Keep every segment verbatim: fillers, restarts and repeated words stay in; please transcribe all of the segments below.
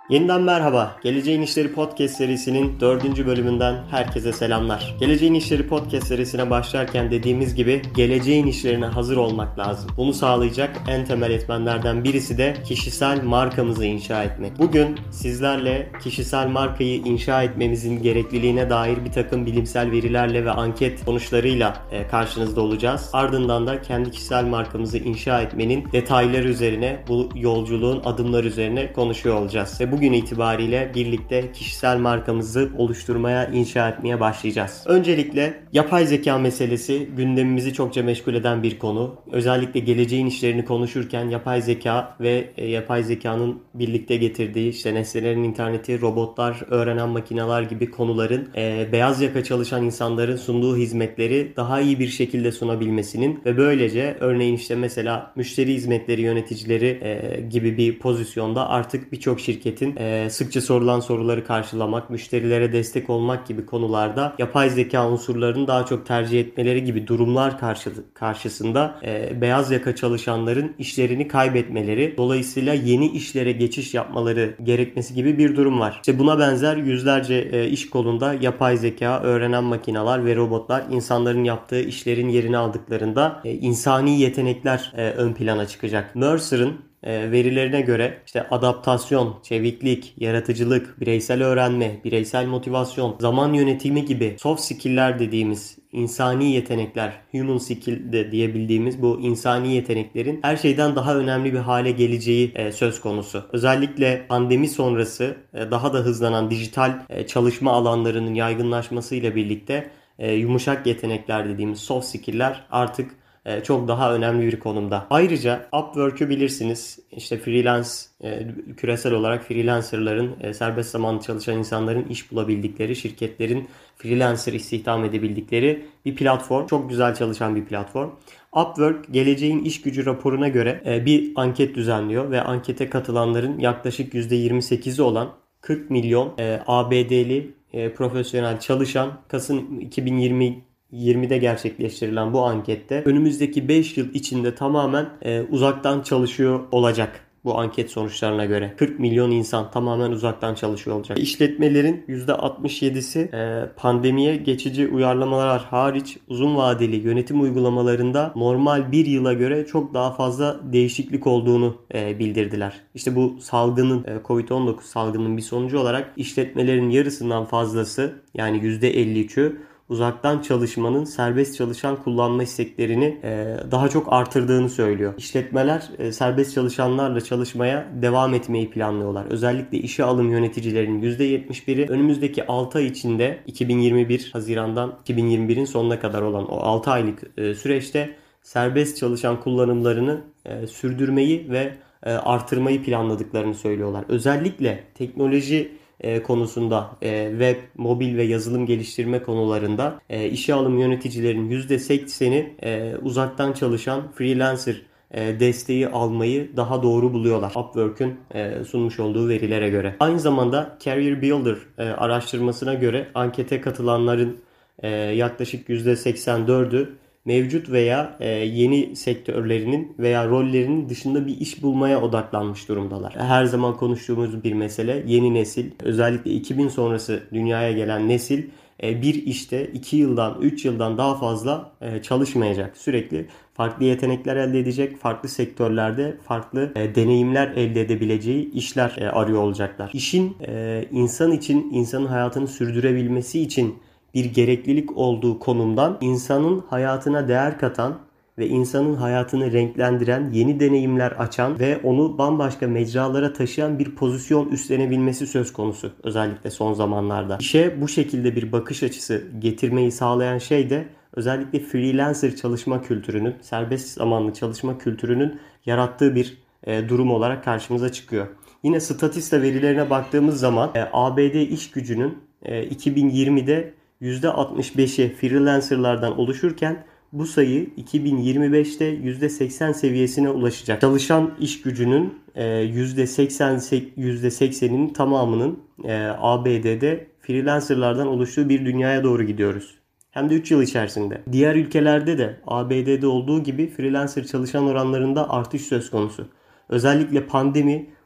Yeniden merhaba. Geleceğin İşleri Podcast serisinin dördüncü bölümünden herkese selamlar. Geleceğin İşleri Podcast serisine başlarken dediğimiz gibi geleceğin işlerine hazır olmak lazım. Bunu sağlayacak en temel etmenlerden birisi de kişisel markamızı inşa etmek. Bugün sizlerle kişisel markayı inşa etmemizin gerekliliğine dair bir takım bilimsel verilerle ve anket sonuçlarıyla karşınızda olacağız. Ardından da kendi kişisel markamızı inşa etmenin detayları üzerine, bu yolculuğun adımları üzerine konuşuyor olacağız. Ve bu Bugün itibariyle birlikte kişisel markamızı oluşturmaya, inşa etmeye başlayacağız. Öncelikle yapay zeka meselesi gündemimizi çokça meşgul eden bir konu. Özellikle geleceğin işlerini konuşurken yapay zeka ve e, yapay zekanın birlikte getirdiği işte nesnelerin interneti, robotlar, öğrenen makineler gibi konuların e, beyaz yaka çalışan insanların sunduğu hizmetleri daha iyi bir şekilde sunabilmesinin ve böylece örneğin işte mesela müşteri hizmetleri yöneticileri e, gibi bir pozisyonda artık birçok şirketin Ee, sıkça sorulan soruları karşılamak, müşterilere destek olmak gibi konularda yapay zeka unsurlarını daha çok tercih etmeleri gibi durumlar karşı, karşısında e, beyaz yaka çalışanların işlerini kaybetmeleri, dolayısıyla yeni işlere geçiş yapmaları gerekmesi gibi bir durum var. İşte buna benzer yüzlerce e, iş kolunda yapay zeka, öğrenen makineler ve robotlar insanların yaptığı işlerin yerini aldıklarında e, insani yetenekler e, ön plana çıkacak. Mercer'ın verilerine göre işte adaptasyon, çeviklik, yaratıcılık, bireysel öğrenme, bireysel motivasyon, zaman yönetimi gibi soft skill'ler dediğimiz insani yetenekler, human skill de diyebildiğimiz bu insani yeteneklerin her şeyden daha önemli bir hale geleceği söz konusu. Özellikle pandemi sonrası daha da hızlanan dijital çalışma alanlarının yaygınlaşmasıyla birlikte yumuşak yetenekler dediğimiz soft skill'ler artık çok daha önemli bir konumda. Ayrıca Upwork'ü bilirsiniz. İşte freelance, küresel olarak freelancerların, serbest zamanlı çalışan insanların iş bulabildikleri, şirketlerin freelancer istihdam edebildikleri bir platform. Çok güzel çalışan bir platform. Upwork, geleceğin iş gücü raporuna göre bir anket düzenliyor ve ankete katılanların yaklaşık yüzde yirmi sekizi olan kırk milyon A B D'li profesyonel çalışan Kasım iki bin yirmi yirmide gerçekleştirilen bu ankette önümüzdeki beş yıl içinde tamamen e, uzaktan çalışıyor olacak. Bu anket sonuçlarına göre kırk milyon insan tamamen uzaktan çalışıyor olacak. İşletmelerin yüzde altmış yedisi e, pandemiye geçici uyarlamalar hariç uzun vadeli yönetim uygulamalarında normal bir yıla göre çok daha fazla değişiklik olduğunu e, bildirdiler. İşte bu salgının e, kovid on dokuz salgının bir sonucu olarak işletmelerin yarısından fazlası yani yüzde elli üçü uzaktan çalışmanın serbest çalışan kullanma isteklerini e, daha çok artırdığını söylüyor. İşletmeler e, serbest çalışanlarla çalışmaya devam etmeyi planlıyorlar. Özellikle işe alım yöneticilerinin yüzde yetmiş biri önümüzdeki altı ay içinde iki bin yirmi bir Haziran'dan iki bin yirmi birin sonuna kadar olan o altı aylık e, süreçte serbest çalışan kullanımlarını e, sürdürmeyi ve e, artırmayı planladıklarını söylüyorlar. Özellikle teknoloji E, konusunda e, web, mobil ve yazılım geliştirme konularında e, işe alım yöneticilerin yüzde sekseni e, uzaktan çalışan freelancer e, desteği almayı daha doğru buluyorlar. Upwork'ün e, sunmuş olduğu verilere göre. Aynı zamanda Career Builder e, araştırmasına göre ankete katılanların e, yaklaşık yüzde seksen dördü mevcut veya e, yeni sektörlerinin veya rollerinin dışında bir iş bulmaya odaklanmış durumdalar. Her zaman konuştuğumuz bir mesele yeni nesil, özellikle iki bin sonrası dünyaya gelen nesil e, bir işte iki yıldan üç yıldan daha fazla e, çalışmayacak. Sürekli farklı yetenekler elde edecek, farklı sektörlerde farklı e, deneyimler elde edebileceği işler e, arıyor olacaklar. İşin e, insan için, insanın hayatını sürdürebilmesi için bir gereklilik olduğu konumdan insanın hayatına değer katan ve insanın hayatını renklendiren, yeni deneyimler açan ve onu bambaşka mecralara taşıyan bir pozisyon üstlenebilmesi söz konusu. Özellikle son zamanlarda. İşe bu şekilde bir bakış açısı getirmeyi sağlayan şey de özellikle freelancer çalışma kültürünün, serbest zamanlı çalışma kültürünün yarattığı bir e, durum olarak karşımıza çıkıyor. Yine Statista verilerine baktığımız zaman e, A B D iş gücünün e, iki bin yirmide yüzde altmış beşi freelancerlardan oluşurken bu sayı iki bin yirmi beşte yüzde seksen seviyesine ulaşacak. Çalışan iş gücünün yüzde seksen yüzde sekseninin tamamının A B D'de freelancerlardan oluştuğu bir dünyaya doğru gidiyoruz. Hem de üç yıl içerisinde. Diğer ülkelerde de A B D'de olduğu gibi freelancer çalışan oranlarında artış söz konusu. Özellikle pandemi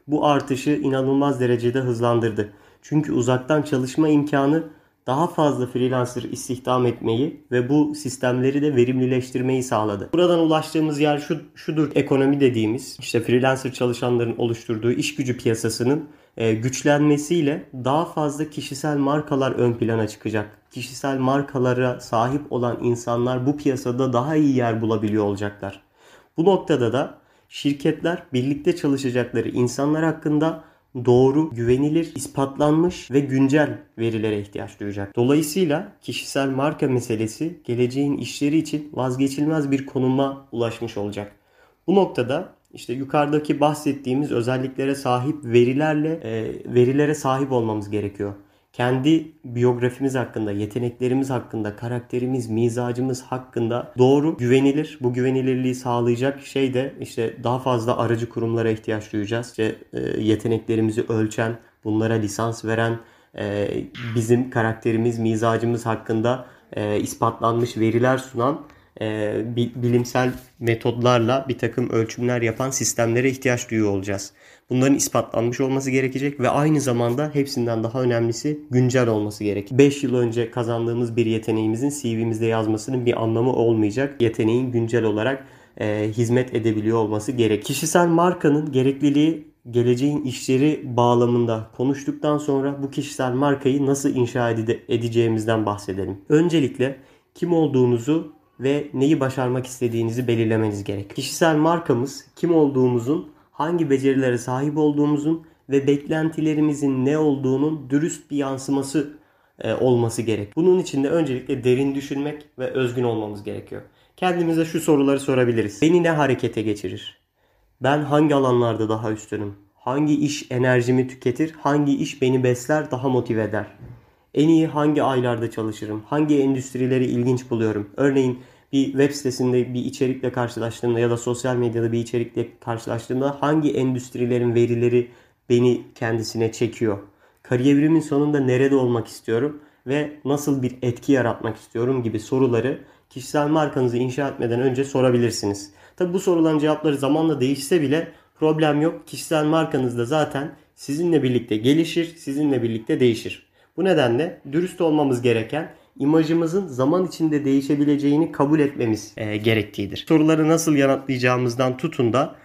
bu artışı inanılmaz derecede hızlandırdı. Çünkü uzaktan çalışma imkanı daha fazla freelancer istihdam etmeyi ve bu sistemleri de verimlileştirmeyi sağladı. Buradan ulaştığımız yer şu, şudur: ekonomi dediğimiz, işte freelancer çalışanların oluşturduğu iş gücü piyasasının e, güçlenmesiyle daha fazla kişisel markalar ön plana çıkacak. Kişisel markalara sahip olan insanlar bu piyasada daha iyi yer bulabiliyor olacaklar. Bu noktada da şirketler birlikte çalışacakları insanlar hakkında doğru, güvenilir, ispatlanmış ve güncel verilere ihtiyaç duyacak. Dolayısıyla kişisel marka meselesi geleceğin işleri için vazgeçilmez bir konuma ulaşmış olacak. Bu noktada işte yukarıdaki bahsettiğimiz özelliklere sahip verilerle e, verilere sahip olmamız gerekiyor. Kendi biyografimiz hakkında, yeteneklerimiz hakkında, karakterimiz, mizacımız hakkında doğru, güvenilir, bu güvenilirliği sağlayacak şey de işte daha fazla aracı kurumlara ihtiyaç duyacağız. İşte e, yeteneklerimizi ölçen, bunlara lisans veren, e, bizim karakterimiz, mizacımız hakkında e, ispatlanmış veriler sunan, e, bilimsel metodlarla bir takım ölçümler yapan sistemlere ihtiyaç duyuyor olacağız. Bunların ispatlanmış olması gerekecek ve aynı zamanda hepsinden daha önemlisi güncel olması gerekecek. beş yıl önce kazandığımız bir yeteneğimizin C V'mizde yazmasının bir anlamı olmayacak. Yeteneğin güncel olarak e, hizmet edebiliyor olması gerek. Kişisel markanın gerekliliği geleceğin işleri bağlamında konuştuktan sonra bu kişisel markayı nasıl inşa edeceğimizden bahsedelim. Öncelikle kim olduğunuzu ve neyi başarmak istediğinizi belirlemeniz gerek. Kişisel markamız kim olduğumuzun, hangi becerilere sahip olduğumuzun ve beklentilerimizin ne olduğunun dürüst bir yansıması e, olması gerek. Bunun için de öncelikle derin düşünmek ve özgün olmamız gerekiyor. Kendimize şu soruları sorabiliriz. Beni ne harekete geçirir? Ben hangi alanlarda daha üstünüm? Hangi iş enerjimi tüketir? Hangi iş beni besler, daha motive eder? En iyi hangi aylarda çalışırım? Hangi endüstrileri ilginç buluyorum? Örneğin bir web sitesinde bir içerikle karşılaştığımda ya da sosyal medyada bir içerikle karşılaştığımda hangi endüstrilerin verileri beni kendisine çekiyor? Kariyerimin sonunda nerede olmak istiyorum ve nasıl bir etki yaratmak istiyorum gibi soruları kişisel markanızı inşa etmeden önce sorabilirsiniz. Tabi bu soruların cevapları zamanla değişse bile problem yok. Kişisel markanız da zaten sizinle birlikte gelişir, sizinle birlikte değişir. Bu nedenle dürüst olmamız gereken, imajımızın zaman içinde değişebileceğini kabul etmemiz e, gerektiğidir. Soruları nasıl yanıtlayacağımızdan tutun da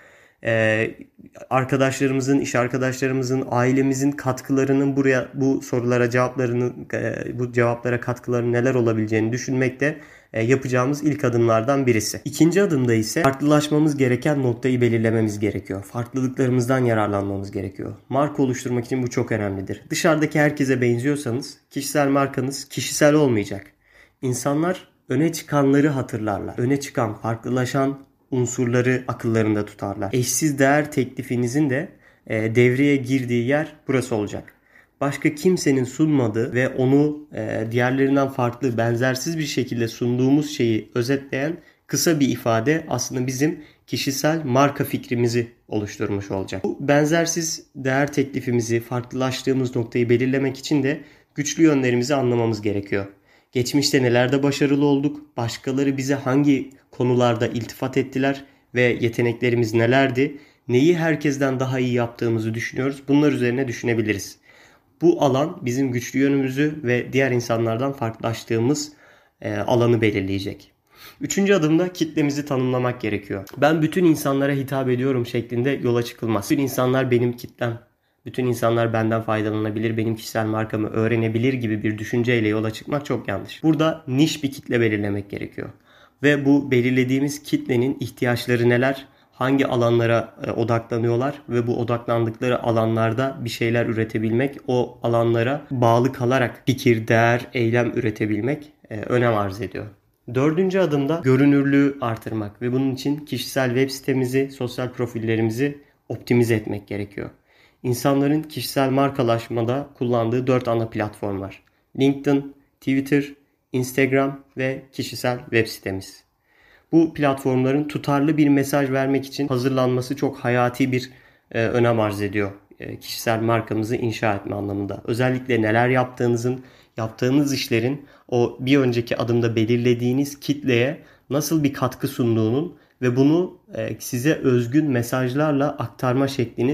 e, arkadaşlarımızın, iş arkadaşlarımızın, ailemizin katkılarının buraya bu sorulara cevaplarının e, bu cevaplara katkılarının neler olabileceğini düşünmek de e, yapacağımız ilk adımlardan birisi. İkinci adımda ise farklılaşmamız gereken noktayı belirlememiz gerekiyor. Farklılıklarımızdan yararlanmamız gerekiyor. Marka oluşturmak için bu çok önemlidir. Dışarıdaki herkese benziyorsanız kişisel markanız kişisel olmayacak. İnsanlar öne çıkanları hatırlarlar. Öne çıkan, farklılaşan unsurları akıllarında tutarlar. Eşsiz değer teklifinizin de e, devreye girdiği yer burası olacak. Başka kimsenin sunmadığı ve onu e, diğerlerinden farklı, benzersiz bir şekilde sunduğumuz şeyi özetleyen kısa bir ifade aslında bizim kişisel marka fikrimizi oluşturmuş olacak. Bu benzersiz değer teklifimizi, farklılaştığımız noktayı belirlemek için de güçlü yönlerimizi anlamamız gerekiyor. Geçmişte nelerde başarılı olduk, başkaları bize hangi konularda iltifat ettiler ve yeteneklerimiz nelerdi, neyi herkesten daha iyi yaptığımızı düşünüyoruz. Bunlar üzerine düşünebiliriz. Bu alan bizim güçlü yönümüzü ve diğer insanlardan farklılaştığımız e, alanı belirleyecek. Üçüncü adımda kitlemizi tanımlamak gerekiyor. Ben bütün insanlara hitap ediyorum şeklinde yola çıkılmaz. Bütün insanlar benim kitlem. Bütün insanlar benden faydalanabilir, benim kişisel markamı öğrenebilir gibi bir düşünceyle yola çıkmak çok yanlış. Burada niş bir kitle belirlemek gerekiyor. Ve bu belirlediğimiz kitlenin ihtiyaçları neler, hangi alanlara odaklanıyorlar ve bu odaklandıkları alanlarda bir şeyler üretebilmek, o alanlara bağlı kalarak fikir, değer, eylem üretebilmek önem arz ediyor. Dördüncü adımda görünürlüğü artırmak ve bunun için kişisel web sitemizi, sosyal profillerimizi optimize etmek gerekiyor. İnsanların kişisel markalaşmada kullandığı dört ana platform var. LinkedIn, Twitter, Instagram ve kişisel web sitemiz. Bu platformların tutarlı bir mesaj vermek için hazırlanması çok hayati bir e, önem arz ediyor. E, kişisel markamızı inşa etme anlamında. Özellikle neler yaptığınızın, yaptığınız işlerin o bir önceki adımda belirlediğiniz kitleye nasıl bir katkı sunduğunun ve bunu e, size özgün mesajlarla aktarma şekliniz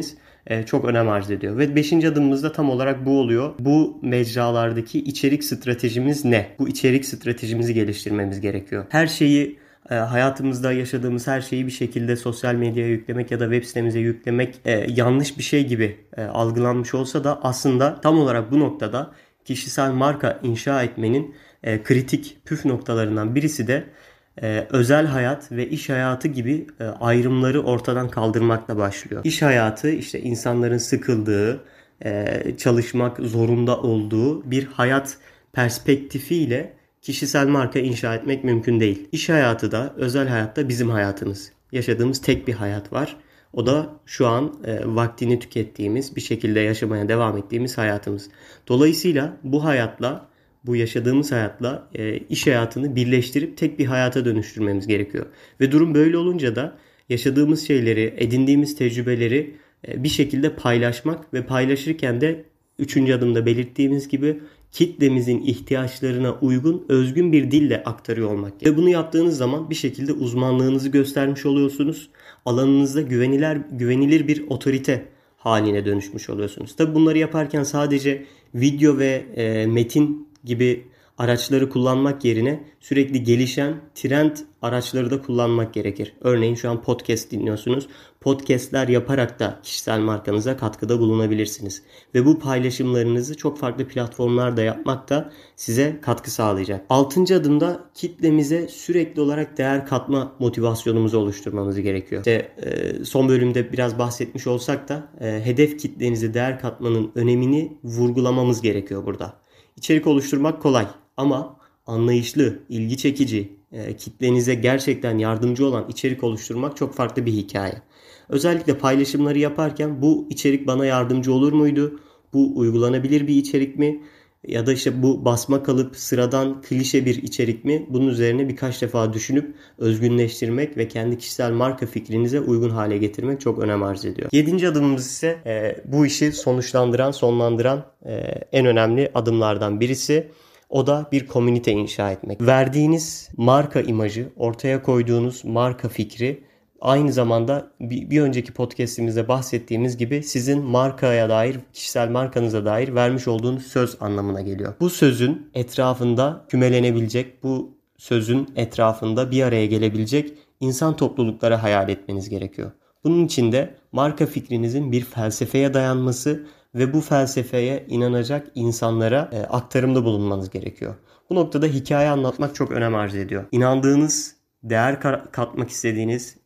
çok önem arz ediyor. Ve beşinci adımımız da tam olarak bu oluyor. Bu mecralardaki içerik stratejimiz ne? Bu içerik stratejimizi geliştirmemiz gerekiyor. Her şeyi hayatımızda yaşadığımız her şeyi bir şekilde sosyal medyaya yüklemek ya da web sitemize yüklemek e, yanlış bir şey gibi e, algılanmış olsa da aslında tam olarak bu noktada kişisel marka inşa etmenin e, kritik püf noktalarından birisi de e, özel hayat ve iş hayatı gibi e, ayrımları ortadan kaldırmakla başlıyor. İş hayatı işte insanların sıkıldığı, e, çalışmak zorunda olduğu bir hayat perspektifiyle kişisel marka inşa etmek mümkün değil. İş hayatı da özel hayatta bizim hayatımız. Yaşadığımız tek bir hayat var. O da şu an e, vaktini tükettiğimiz, bir şekilde yaşamaya devam ettiğimiz hayatımız. Dolayısıyla bu hayatla, bu yaşadığımız hayatla e, iş hayatını birleştirip tek bir hayata dönüştürmemiz gerekiyor. Ve durum böyle olunca da yaşadığımız şeyleri, edindiğimiz tecrübeleri e, bir şekilde paylaşmak ve paylaşırken de üçüncü adımda belirttiğimiz gibi kitlemizin ihtiyaçlarına uygun özgün bir dille aktarıyor olmak. Ve bunu yaptığınız zaman bir şekilde uzmanlığınızı göstermiş oluyorsunuz. Alanınızda güvenilir, güvenilir bir otorite haline dönüşmüş oluyorsunuz. Tabi bunları yaparken sadece video ve e, metin gibi araçları kullanmak yerine sürekli gelişen trend araçları da kullanmak gerekir. Örneğin şu an podcast dinliyorsunuz. Podcastler yaparak da kişisel markanıza katkıda bulunabilirsiniz. Ve bu paylaşımlarınızı çok farklı platformlarda yapmak da size katkı sağlayacak. Altıncı adımda kitlemize sürekli olarak değer katma motivasyonumuzu oluşturmamız gerekiyor. İşte e, son bölümde biraz bahsetmiş olsak da e, hedef kitlenize değer katmanın önemini vurgulamamız gerekiyor burada. İçerik oluşturmak kolay ama anlayışlı, ilgi çekici, e, kitlenize gerçekten yardımcı olan içerik oluşturmak çok farklı bir hikaye. Özellikle paylaşımları yaparken bu içerik bana yardımcı olur muydu? Bu uygulanabilir bir içerik mi? Ya da işte bu basma kalıp sıradan klişe bir içerik mi? Bunun üzerine birkaç defa düşünüp özgünleştirmek ve kendi kişisel marka fikrinize uygun hale getirmek çok önem arz ediyor. Yedinci adımımız ise e, bu işi sonuçlandıran, sonlandıran e, en önemli adımlardan birisi. O da bir komünite inşa etmek. Verdiğiniz marka imajı, ortaya koyduğunuz marka fikri aynı zamanda bir önceki podcastimizde bahsettiğimiz gibi sizin markaya dair, kişisel markanıza dair vermiş olduğunuz söz anlamına geliyor. Bu sözün etrafında kümelenebilecek, bu sözün etrafında bir araya gelebilecek insan toplulukları hayal etmeniz gerekiyor. Bunun için de marka fikrinizin bir felsefeye dayanması ve bu felsefeye inanacak insanlara e, aktarımda bulunmanız gerekiyor. Bu noktada hikaye anlatmak çok önem arz ediyor. İnandığınız, değer katmak istediğiniz,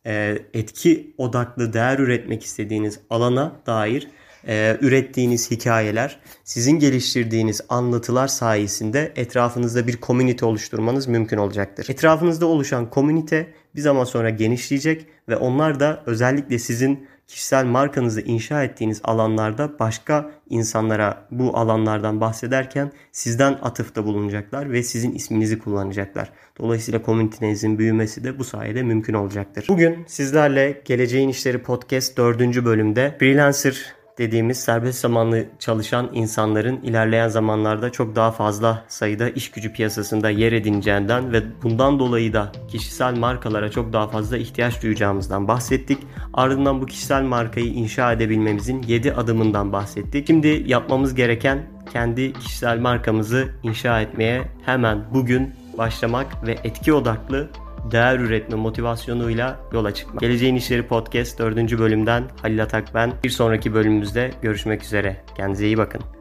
etki odaklı değer üretmek istediğiniz alana dair ürettiğiniz hikayeler, sizin geliştirdiğiniz anlatılar sayesinde etrafınızda bir komünite oluşturmanız mümkün olacaktır. Etrafınızda oluşan komünite bir zaman sonra genişleyecek ve onlar da özellikle sizin kişisel markanızı inşa ettiğiniz alanlarda başka insanlara bu alanlardan bahsederken sizden atıfta bulunacaklar ve sizin isminizi kullanacaklar. Dolayısıyla komünitenizin büyümesi de bu sayede mümkün olacaktır. Bugün sizlerle Geleceğin İşleri Podcast dördüncü bölümde freelancer dediğimiz serbest zamanlı çalışan insanların ilerleyen zamanlarda çok daha fazla sayıda iş gücü piyasasında yer edineceğinden ve bundan dolayı da kişisel markalara çok daha fazla ihtiyaç duyacağımızdan bahsettik. Ardından bu kişisel markayı inşa edebilmemizin yedi adımından bahsettik. Şimdi yapmamız gereken kendi kişisel markamızı inşa etmeye hemen bugün başlamak ve etki odaklı değer üretme motivasyonuyla yola çıkmak. Geleceğin İşleri Podcast dördüncü bölümden Halil Atak ben. Bir sonraki bölümümüzde görüşmek üzere. Kendinize iyi bakın.